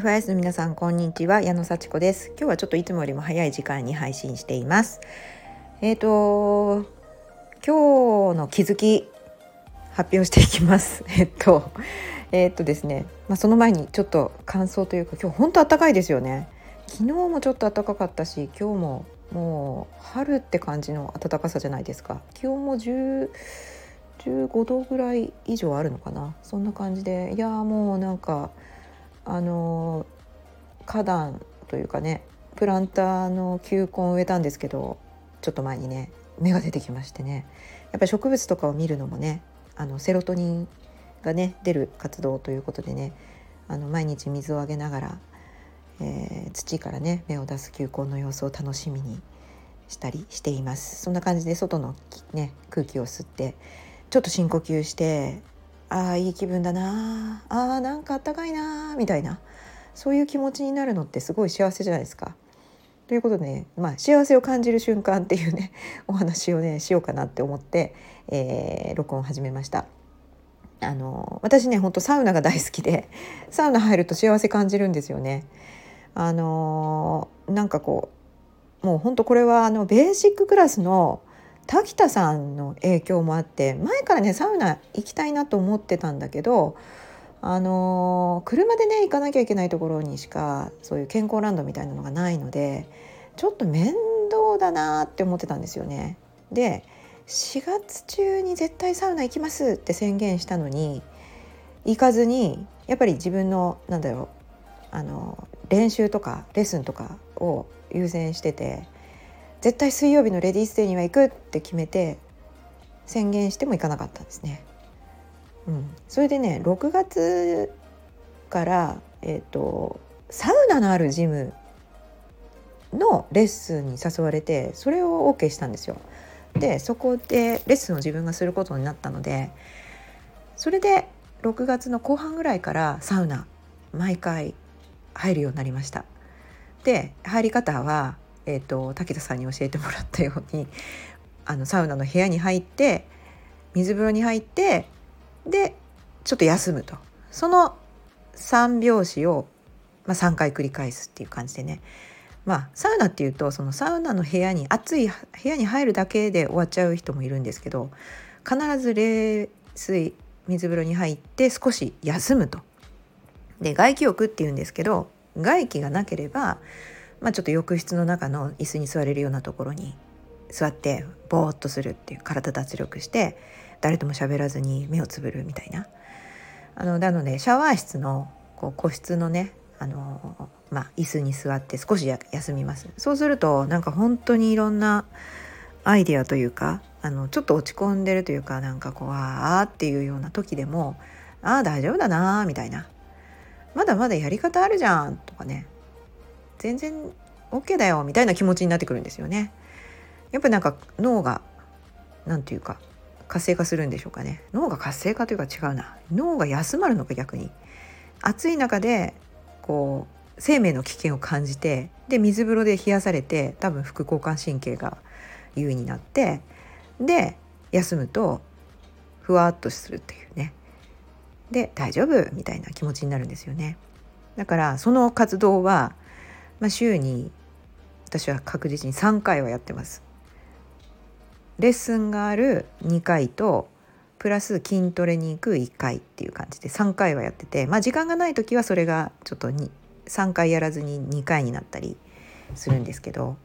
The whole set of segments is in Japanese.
FIS の皆さんこんにちは、矢野幸子です。今日はちょっといつもよりも早い時間に配信しています。今日の気づき発表していきます。ですね、その前にちょっと感想というか、今日本当暖かいですよね。昨日もちょっと暖かかったし、今日ももう春って感じの暖かさじゃないですか。気温も15度ぐらい以上あるのかな、そんな感じで、いやもうなんか花壇というかね、プランターの球根を植えたんですけど、ちょっと前にね芽が出てきましてね、やっぱり植物とかを見るのもね、セロトニンがね出る活動ということでね、毎日水をあげながら、土からね芽を出す球根の様子を楽しみにしたりしています。そんな感じで外の、ね、空気を吸ってちょっと深呼吸して、いい気分だな、なんかあったかいなみたいな、そういう気持ちになるのってすごい幸せじゃないですか。ということでね、幸せを感じる瞬間っていうねお話をねしようかなって思って、録音を始めました。私ね、本当サウナが大好きで、サウナ入ると幸せ感じるんですよね。なんかこう、もう本当これはベーシッククラスの滝田さんの影響もあって、前からねサウナ行きたいなと思ってたんだけど、車でね行かなきゃいけないところにしかそういう健康ランドみたいなのがないので、ちょっと面倒だなって思ってたんですよね。で、4月中に絶対サウナ行きますって宣言したのに行かずに、やっぱり自分の練習とかレッスンとかを優先してて、絶対水曜日のレディースデーには行くって決めて宣言しても行かなかったんですね。それでね、6月から、サウナのあるジムのレッスンに誘われて、それを OK したんですよ。でそこでレッスンを自分がすることになったので、それで6月の後半ぐらいからサウナ毎回入るようになりました。で入り方は、滝田さんに教えてもらったように、サウナの部屋に入って水風呂に入って、でちょっと休むと、その3拍子を、3回繰り返すっていう感じでね、サウナっていうと、そのサウナの部屋に、暑い部屋に入るだけで終わっちゃう人もいるんですけど、必ず冷水水風呂に入って少し休むと。で外気浴っていうんですけど、外気がなければ、ちょっと浴室の中の椅子に座れるようなところに座ってぼーっとするっていう、体脱力して誰とも喋らずに目をつぶるみたいな。なのでシャワー室の個室のね、椅子に座って少し休みます。そうするとなんか本当にいろんなアイデアというか、ちょっと落ち込んでるというか、なんかっていうような時でも、大丈夫だなみたいな、まだまだやり方あるじゃんとかね、全然 OK だよみたいな気持ちになってくるんですよね。やっぱりなんか脳がなんていうか活性化するんでしょうかね。脳が活性化というか違うな、脳が休まるのか、逆に暑い中で生命の危険を感じて、で水風呂で冷やされて、多分副交感神経が優位になって、で休むとふわっとするっていうね、で大丈夫みたいな気持ちになるんですよね。だからその活動は、週に私は確実に3回はやってます。レッスンがある2回とプラス筋トレに行く1回っていう感じで3回はやってて、時間がない時はそれがちょっと3回やらずに2回になったりするんですけど、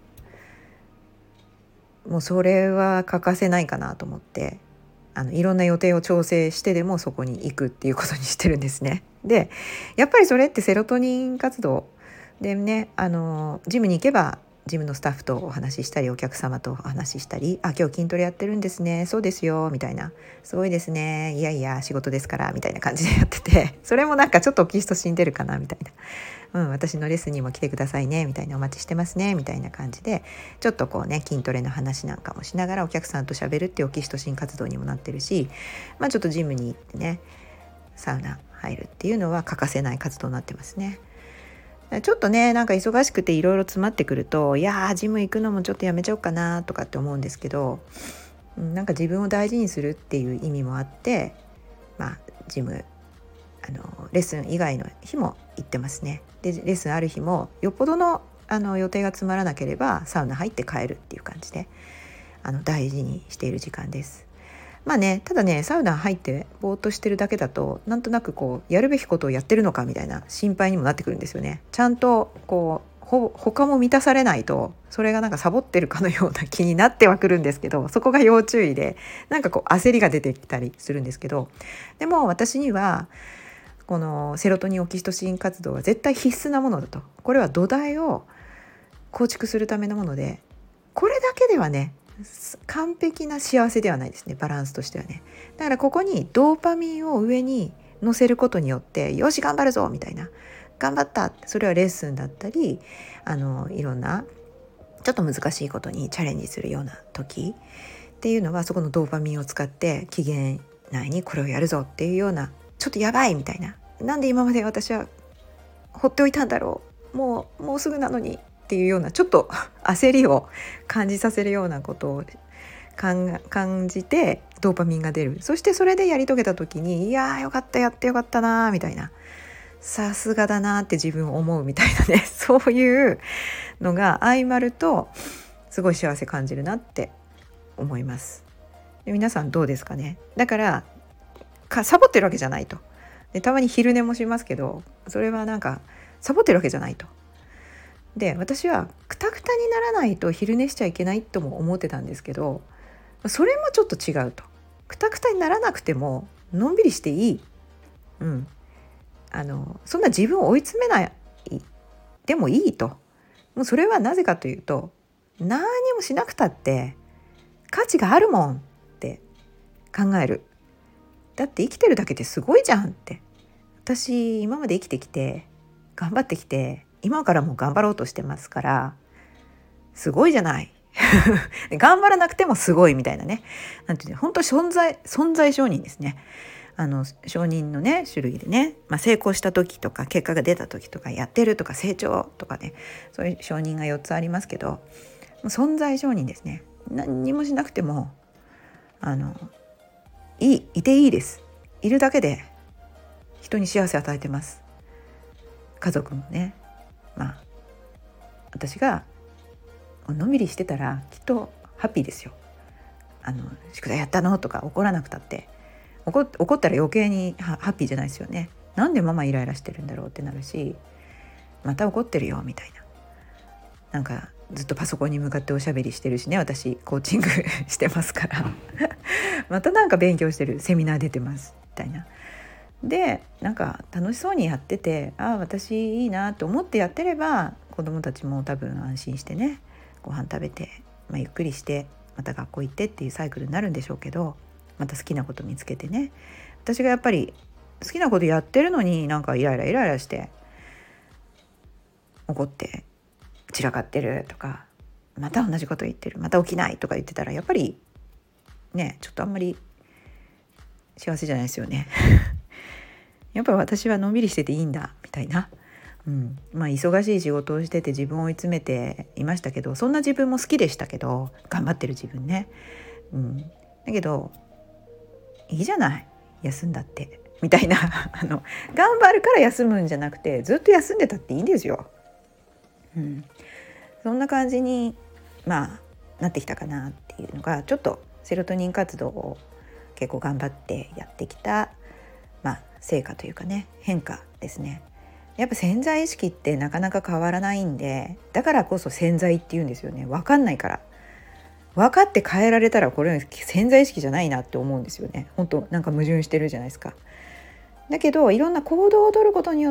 もうそれは欠かせないかなと思って、いろんな予定を調整してでもそこに行くっていうことにしてるんですね。でやっぱりそれってセロトニン活動でね、ジムに行けばジムのスタッフとお話ししたり、お客様とお話ししたり、今日筋トレやってるんですね、そうですよみたいな、すごいですね、いやいや仕事ですからみたいな感じでやってて、それもなんかちょっとオキシトシン出るかなみたいな、私のレッスンにも来てくださいねみたいな、お待ちしてますねみたいな感じで、ちょっと筋トレの話なんかもしながらお客さんと喋るっていうオキシトシン活動にもなってるし、ちょっとジムに行ってねサウナ入るっていうのは欠かせない活動になってますね。ちょっとねなんか忙しくていろいろ詰まってくると、ジム行くのもちょっとやめちゃおうかなとかって思うんですけど、なんか自分を大事にするっていう意味もあって、ジムレッスン以外の日も行ってますね。でレッスンある日もよっぽどの予定が詰まらなければサウナ入って帰るっていう感じで大事にしている時間です。まあね、ただね、サウナ入ってぼーっとしてるだけだとなんとなくこうやるべきことをやってるのかみたいな心配にもなってくるんですよね。ちゃんとこう他も満たされないとそれがなんかサボってるかのような気になってはくるんですけど、そこが要注意でなんかこう焦りが出てきたりするんですけど、でも私にはこのセロトニンオキシトシン活動は絶対必須なものだと。これは土台を構築するためのもので、これだけではね完璧な幸せではないですね、バランスとしてはね。だからここにドーパミンを上に乗せることによって、よし頑張るぞみたいな、頑張った、それはレッスンだったりいろんなちょっと難しいことにチャレンジするような時っていうのは、そこのドーパミンを使って期限内にこれをやるぞっていうような、ちょっとやばいみたいな、なんで今まで私は放っておいたんだろう、もうすぐなのにっていうようなちょっと焦りを感じさせるようなことを感じてドーパミンが出る。そしてそれでやり遂げた時に、いやーよかった、やってよかったなみたいな、さすがだなって自分を思うみたいなね、そういうのが相まるとすごい幸せ感じるなって思います。で皆さんどうですかね。だからサボってるわけじゃないと。でたまに昼寝もしますけど、それはなんかサボってるわけじゃないと。で私はクタクタにならないと昼寝しちゃいけないとも思ってたんですけど、それもちょっと違うと。クタクタにならなくてものんびりしていい、そんな自分を追い詰めないでもいいと。もうそれはなぜかというと、何にもしなくたって価値があるもんって考える。だって生きてるだけですごいじゃんって。私今まで生きてきて頑張ってきて、今からも頑張ろうとしてますから、すごいじゃない頑張らなくてもすごいみたいなね、なんていうの、本当存在承認ですね。承認のね種類でね、成功した時とか結果が出た時とか、やってるとか成長とかね、そういう承認が4つありますけど、存在承認ですね。何にもしなくてもいていいです。いるだけで人に幸せを与えてます。家族もね、私がのんびりしてたらきっとハッピーですよ。宿題やったのとか怒らなくたって、怒ったら余計にハッピーじゃないですよね。なんでママイライラしてるんだろうってなるし、また怒ってるよみたいな、なんかずっとパソコンに向かっておしゃべりしてるしね、私コーチングしてますからまたなんか勉強してる、セミナー出てますみたいな。でなんか楽しそうにやってて、私いいなと思ってやってれば、子どもたちも多分安心してね、ご飯食べて、ゆっくりしてまた学校行ってっていうサイクルになるんでしょうけど、また好きなこと見つけてね。私がやっぱり好きなことやってるのに、なんかイライラして怒って散らかってるとか、また同じこと言ってる、また起きないとか言ってたら、やっぱりねちょっとあんまり幸せじゃないですよねやっぱり私はのんびりしてていいんだみたいな、忙しい仕事をしてて自分を追い詰めていましたけど、そんな自分も好きでしたけど、頑張ってる自分ね、だけどいいじゃない休んだってみたいな頑張るから休むんじゃなくて、ずっと休んでたっていいんですよ。そんな感じになってきたかなっていうのが、ちょっとセロトニン活動を結構頑張ってやってきた、成果というかね、変化ですね。やっぱ潜在意識ってなかなか変わらないんで、だからこそ潜在って言うんですよね。分かんないから。分かって変えられたら、これ潜在意識じゃないなって思うんですよね。本当なんか矛盾してるじゃないですか。だけどいろんな行動を取ることによって、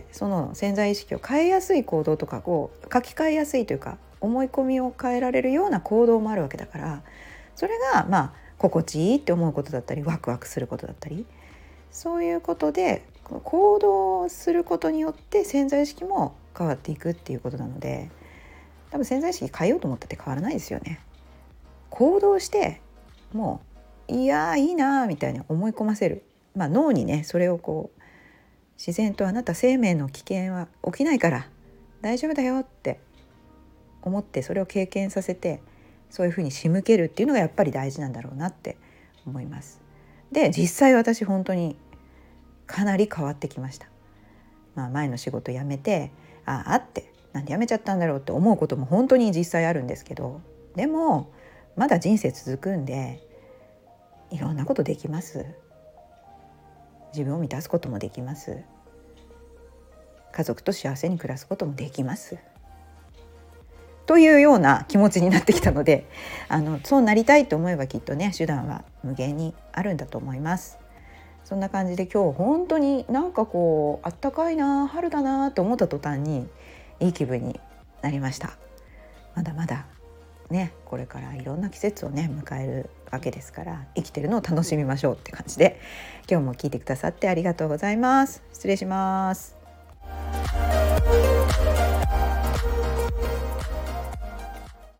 その潜在意識を変えやすい行動とかを書き換えやすいというか、思い込みを変えられるような行動もあるわけだから、それが心地いいって思うことだったり、ワクワクすることだったり、そういうことで行動することによって潜在意識も変わっていくっていうことなので、多分潜在意識変えようと思ったって変わらないですよね。行動してもういいなみたいに思い込ませる、脳にねそれを自然と、あなた生命の危険は起きないから大丈夫だよって思って、それを経験させて、そういうふうに仕向けるっていうのがやっぱり大事なんだろうなって思います。で実際私本当にかなり変わってきました。前の仕事辞めてってなんで辞めちゃったんだろうって思うことも本当に実際あるんですけど、でもまだ人生続くんでいろんなことできます。自分を満たすこともできます。家族と幸せに暮らすこともできますというような気持ちになってきたので、そうなりたいと思えばきっとね、手段は無限にあるんだと思います。そんな感じで今日本当になんかあったかいな、春だなと思った途端にいい気分になりました。まだまだね、これからいろんな季節をね迎えるわけですから、生きてるのを楽しみましょうって感じで、今日も聞いてくださってありがとうございます。失礼します。